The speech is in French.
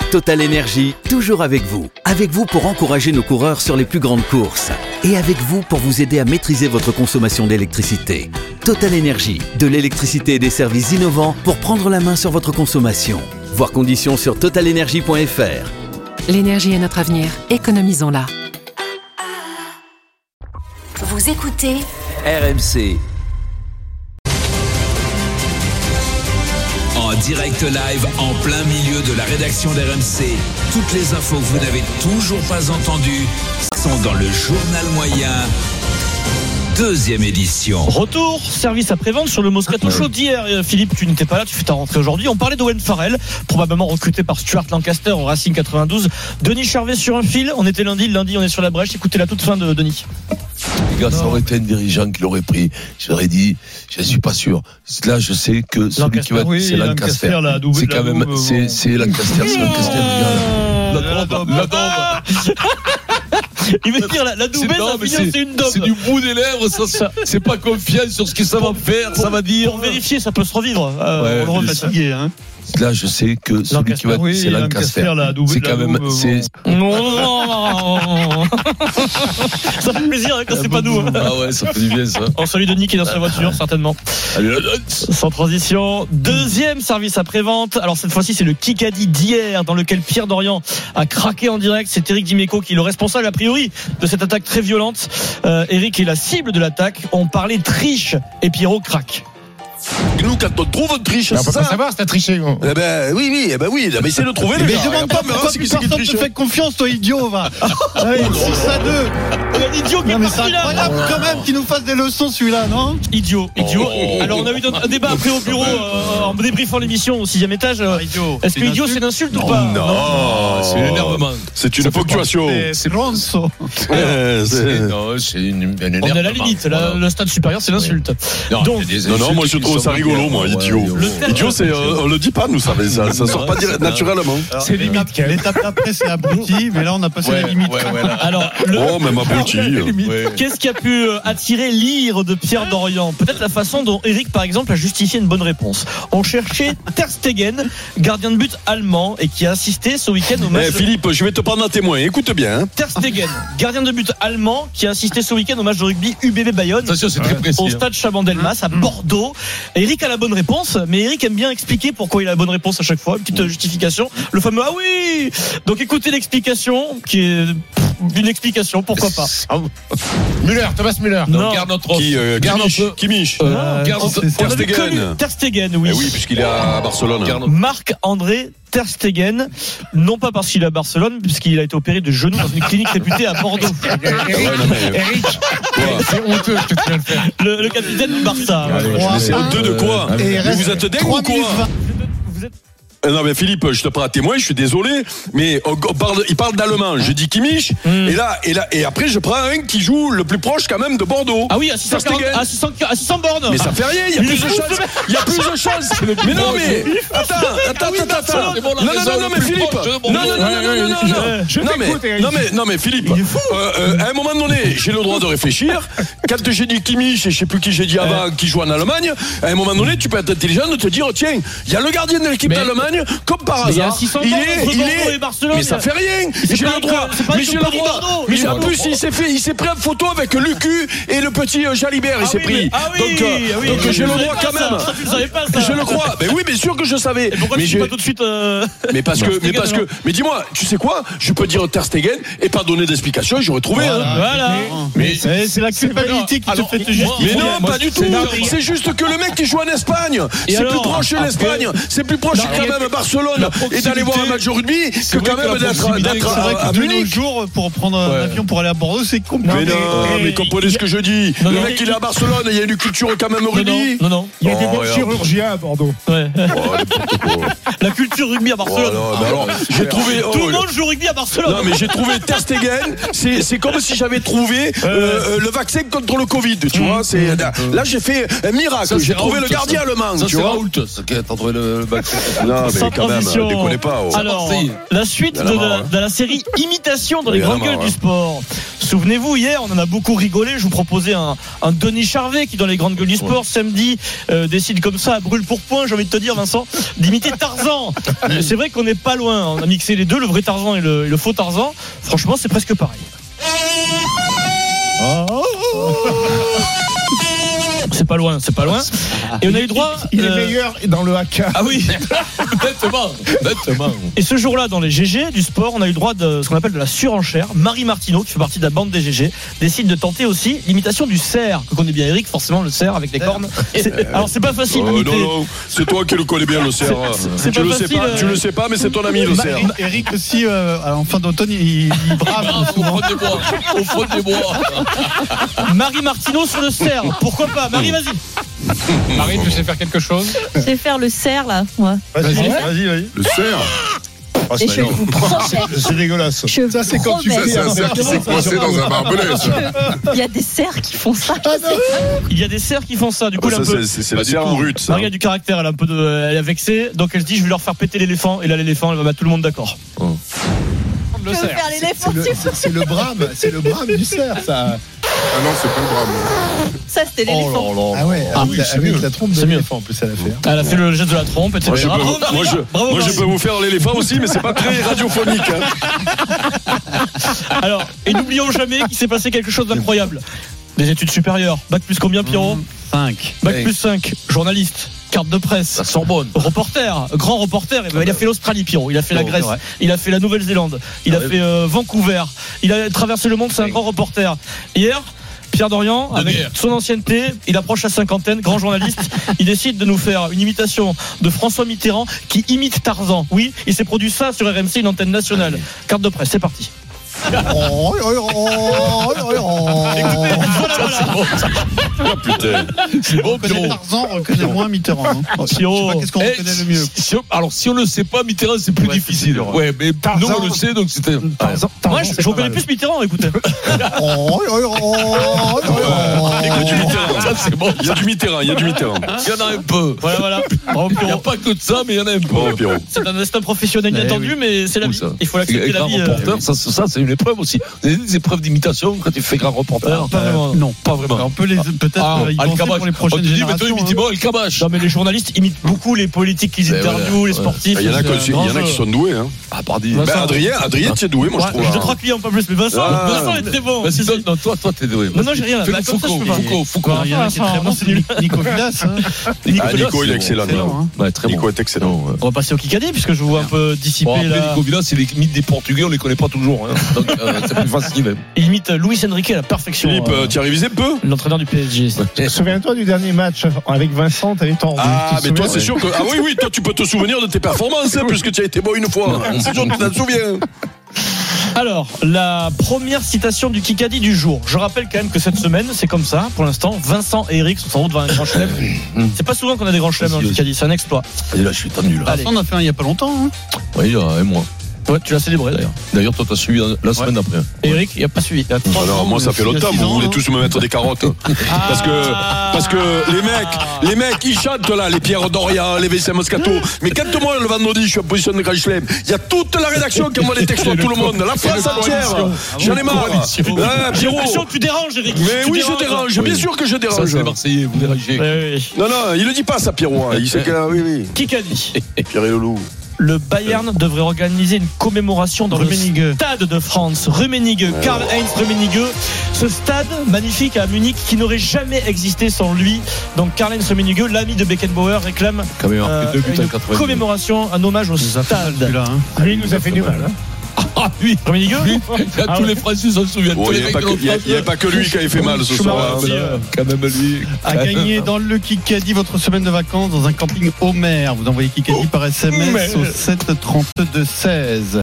Total Énergie, toujours avec vous. Avec vous pour encourager nos coureurs sur les plus grandes courses. Et avec vous pour vous aider à maîtriser votre consommation d'électricité. Total Énergie, de l'électricité et des services innovants pour prendre la main sur votre consommation. Voir conditions sur totalenergie.fr. L'énergie est notre avenir, économisons-la. Vous écoutez RMC. En direct live, en plein milieu de la rédaction d'RMC. Toutes les infos que vous n'avez toujours pas entendues sont dans le journal moyen. Deuxième édition. Retour, service après-vente sur le Moscato Show d'hier. Philippe, tu n'étais pas là, tu fais ta rentrée aujourd'hui. On parlait d'Owen Farrell, probablement recruté par Stuart Lancaster au Racing 92. Denis Charvet sur un fil. On était lundi on est sur la brèche. Écoutez la toute fin de Denis. Les gars, ça aurait été un dirigeant qui l'aurait pris. J'aurais dit, je ne suis pas sûr. Là, je sais que celui qui va, c'est Lancaster. C'est quand même, c'est Lancaster, c'est Lancaster. La daube. Il veut dire la doublette, c'est une daube. C'est du bout des lèvres, ça, c'est pas confiant sur ce que ça va faire, ça va dire. Pour vérifier, ça peut se revivre. On le refatigué, hein. Là, je sais que celui qui va, c'est Lancaster. C'est quand même, c'est. Non. Ça fait plaisir quand c'est pas nous. Ah ouais, ça fait du bien ça. On salue Denis qui est dans sa voiture, certainement. Sans transition. Deuxième service après-vente. Alors cette fois-ci, c'est le Kikadi d'hier, dans lequel Pierre Dorian a craqué en direct. C'est Eric Dimeco qui est le responsable, a priori, de cette attaque très violente. Eric est la cible de l'attaque. On parlait triche et Pierrot craque. Nous, quand on trouve un triche, on peut pas savoir si t'as triché, gros. Eh ben oui, mais essayez de trouver. Mais demande pas pourquoi personne te fait confiance, toi, idiot, va. 6-2. Il y a un idiot qui est parti là. C'est incroyable quand même qu'il nous fasse des leçons, celui-là, non? Idiot. Alors, on a eu un débat après au bureau, en débriefant l'émission au 6e étage. Est-ce que idiot, c'est une insulte ou pas? Non, c'est l'énervement. C'est une ponctuation. C'est ronçon. Non, c'est une énervement. On est à la limite. Le stade supérieur, c'est l'insulte. Non, moi je trouve ça rigolo, moi, idiot. Idiot, c'est, on le dit pas, nous, ça sort pas naturellement. C'est limite. L'étape d'après, c'est abruti, mais là, on a passé la limite. Alors, même abruti. Qu'est-ce qui a pu attirer l'ire de Pierre Dorian? Peut-être la façon dont Eric, par exemple, a justifié une bonne réponse. On cherchait Ter Stegen, gardien de but allemand, et qui a assisté ce week-end au match. Philippe, je vais te prendre un témoin. Écoute bien. Ter Stegen, gardien de but allemand, qui a assisté ce week-end au match de rugby UBB Bayonne. Attention, c'est très précis. Au stade Chabandelmas à Bordeaux. Eric a la bonne réponse, mais Eric aime bien expliquer pourquoi il a la bonne réponse à chaque fois. Une petite justification. Le fameux ah oui. Donc écoutez l'explication, qui est une explication, pourquoi pas. Müller, Thomas Müller. Non. Kimmich. Ter Stegen, oui. Oui, puisqu'il est à Barcelone. Marc-André Ter Stegen, non pas parce qu'il est à Barcelone, puisqu'il a été opéré de genou dans une clinique réputée à Bordeaux. Eric, c'est honteux ce que tu viens de faire. Le capitaine du Barça. C'est honteux de quoi? Vous êtes dingue ou quoi? Non mais Philippe, je te prends à témoin, je suis désolé, mais il parle d'allemand. Je dis Kimmich, et après je prends un qui joue le plus proche quand même de Bordeaux. Ah oui, à 600 bornes. Mais ça fait rien, il y a plus de chances. Mais non mais attends. Non mais Philippe. Non mais Philippe. À un moment donné, j'ai le droit de réfléchir. Quand j'ai dit Kimmich et je sais plus qui j'ai dit avant qui joue en Allemagne, à un moment donné, tu peux être intelligent de te dire tiens, il y a le gardien de l'équipe d'Allemagne. Comme par hasard, il est, mais ça fait rien. J'ai le droit. Mais en plus, il s'est pris en photo avec Lucu et le petit Jalibert. Il s'est pris. Donc j'ai le droit quand même. Je le crois. Mais oui, bien sûr que je savais. Pourquoi tu dis pas tout de suite? Mais parce que. Mais dis-moi, tu sais quoi? Je peux dire Ter Stegen et pas donner d'explication. J'aurais trouvé. Voilà. Mais c'est la culpabilité qui te fait te justifier. Mais non, pas du tout. C'est juste que le mec qui joue en Espagne, c'est plus proche de l'Espagne. C'est plus proche quand même Barcelone et d'aller voir un match de rugby que quand même d'être à Munich. Jours pour prendre un avion pour aller à Bordeaux, c'est compliqué. Mais non, mais comprenez ce que je dis. Le mec il est à Barcelone, il y a une culture quand même rugby. Non. Il y a des bons chirurgiens à Bordeaux. La culture rugby à Barcelone. Alors, j'ai trouvé tout le monde joue au rugby à Barcelone. Non mais j'ai trouvé Ter Stegen, c'est comme si j'avais trouvé le vaccin contre le Covid, tu vois, là j'ai fait un miracle, j'ai trouvé le gardien allemand, tu vois. T'as trouvé le vaccin. Non mais quand même, déconnez pas. Alors, la suite de la série Imitation dans les grandes gueules du sport. Souvenez-vous, hier, on en a beaucoup rigolé. Je vous proposais un Denis Charvet qui, dans les grandes gueules du sport, samedi, décide comme ça, à brûle pour point, j'ai envie de te dire, Vincent, d'imiter Tarzan. C'est vrai qu'on n'est pas loin. On a mixé les deux, le vrai Tarzan et le faux Tarzan. Franchement, c'est presque pareil. C'est pas loin. Et on a eu droit. Il est meilleur dans le haka. Ah oui. Nettement. Et ce jour-là, dans les GG du sport, on a eu droit de ce qu'on appelle de la surenchère. Marie Martineau, qui fait partie de la bande des GG, décide de tenter aussi l'imitation du cerf, que connaît bien Eric, forcément le cerf avec les cornes. Alors c'est pas facile d'imiter. Non, c'est toi qui le connais bien, le cerf. C'est pas facile. Tu le sais pas, mais c'est ton ami, le cerf. Eric aussi, en fin d'automne, il brave souvent. Au fond des bois. Marie Martineau sur le cerf. Pourquoi pas? Marie, vas-y. Marie, tu sais faire quelque chose? Je vais faire le cerf là. Ouais. Vas-y. Le cerf. Et je vous promets. C'est dégueulasse. Ça, c'est quand tu fais un cerf qui s'est coincé dans un barbelé. Il y a des cerfs qui font ça. Il y a des cerfs qui font ça. Du coup, c'est le cerf brut. Marie a du caractère, elle est vexée. Donc elle se dit, je vais leur faire péter l'éléphant. Et là, l'éléphant, elle va mettre tout le monde d'accord. Je veux faire l'éléphant. C'est le brame du cerf, ça. Ah non, c'est pas le brame. Ça, c'était l'éléphant. Ah ouais, avec la trompe de l'éléphant en plus, elle a fait. Elle a fait le geste de la trompe, etc. Moi, je peux vous faire l'éléphant aussi, mais c'est pas très radiophonique. Alors, et n'oublions jamais qu'il s'est passé quelque chose d'incroyable. Des études supérieures. Bac plus combien, Pierrot? 5. Bac plus 5. Journaliste. Carte de presse. Sorbonne. Reporter. Grand reporter. Il a fait l'Australie, Pierrot. Il a fait la Grèce. Il a fait la Nouvelle-Zélande. Il a fait Vancouver. Il a traversé le monde. C'est un grand reporter. Hier, Pierre Dorian, avec son ancienneté, il approche la cinquantaine, grand journaliste, il décide de nous faire une imitation de François Mitterrand qui imite Tarzan. Oui, il s'est produit ça sur RMC, une antenne nationale. Carte de presse, c'est parti. Putain. C'est bon, Tarzan reconnaît moins Mitterrand. Je sais pas qu'est-ce qu'on reconnaît le mieux. Alors, si on le sait pas, Mitterrand, c'est plus difficile. Ouais, mais nous, on le sait, donc c'était. Moi, je reconnais plus Mitterrand, écoutez. Il y a du Mitterrand. Ça, c'est bon. Il y a du Mitterrand. Il y en a un peu. Voilà. Il n'y a pas que de ça, mais il y en a un peu. C'est un destin professionnel inattendu, mais c'est la vie. Il faut l'accepter, la vie. Ça, c'est une épreuve aussi. Vous avez des épreuves d'imitation quand tu fais grand reporter? Pas vraiment. Non, pas vraiment. On peut peut-être y penser pour les prochaines générations. Non, mais les journalistes imitent beaucoup les politiques qu'ils interviewent, les sportifs. Il y en a qui sont doués. Adrien, tu es doué, moi je trouve. J'ai 2-3 clients, pas plus, mais Vincent est très bon. Non, toi, t'es doué. Non, j'ai rien. Foucault. Il y en a qui est très bon, c'est nul. Nico Villas. Nico, il est excellent. Nico est excellent. On va passer au Kikadi, puisque je vous vois un peu dissiper là. Nico Villas, c'est les mythes des Portugais, on les connaît pas toujours. Donc, c'est plus facile même. Il imite Luis Enrique à la perfection. Philippe, tu as révisé peu? L'entraîneur du PSG. Souviens-toi du dernier match avec Vincent, t'avais ton. Ah, mais toi, c'est sûr que. Ah oui, toi, tu peux te souvenir de tes performances, puisque tu as été bon une fois. C'est sûr que tu t'en souviens. Alors, la première citation du Kikadi du jour. Je rappelle quand même que cette semaine, c'est comme ça. Pour l'instant, Vincent et Eric sont en route vers un grand chelem. C'est pas souvent qu'on a des grands chelems dans le Kikadi, c'est un exploit. Et là, je suis tendu là. On a fait un il y a pas longtemps. Oui, il y a un mois. Ouais, tu l'as célébré d'ailleurs. D'ailleurs, toi, t'as suivi la semaine d'après. Eric, il n'a pas suivi. Alors, moi, ça fait longtemps. Vous voulez tous me mettre des carottes. Parce que les mecs, ils chantent là, les Pierre Dorian, les WC Moscato. Mais quand moi, le vendredi, je suis en position de grand chelem, il y a toute la rédaction qui envoie des textos à tout le monde. La France entière. J'en ai marre. J'ai l'impression que tu déranges, Eric. Mais oui, je dérange. Bien sûr que je dérange. Ça, c'est les Marseillais, vous dérangez. Non, il le dit pas, ça, Pierrot. Il sait que. Oui. Kikadi. Pierre et Loulou. Le Bayern devrait organiser une commémoration dans le stade de France, Rummenigge, Karl-Heinz Rummenigge. Ce stade magnifique à Munich qui n'aurait jamais existé sans lui. Donc Karl-Heinz Rummenigge, l'ami de Beckenbauer, réclame une commémoration, un hommage au stade. Lui, il nous a fait du mal. Ah oui, Rummenigge. Tous les Français s'en souviennent. Il n'y a pas que lui qui avait fait mal ce soir. Quand même lui. A gagné dans le Kikadi votre semaine de vacances dans un camping Homer. Vous envoyez Kikadi par SMS au 7 32 16.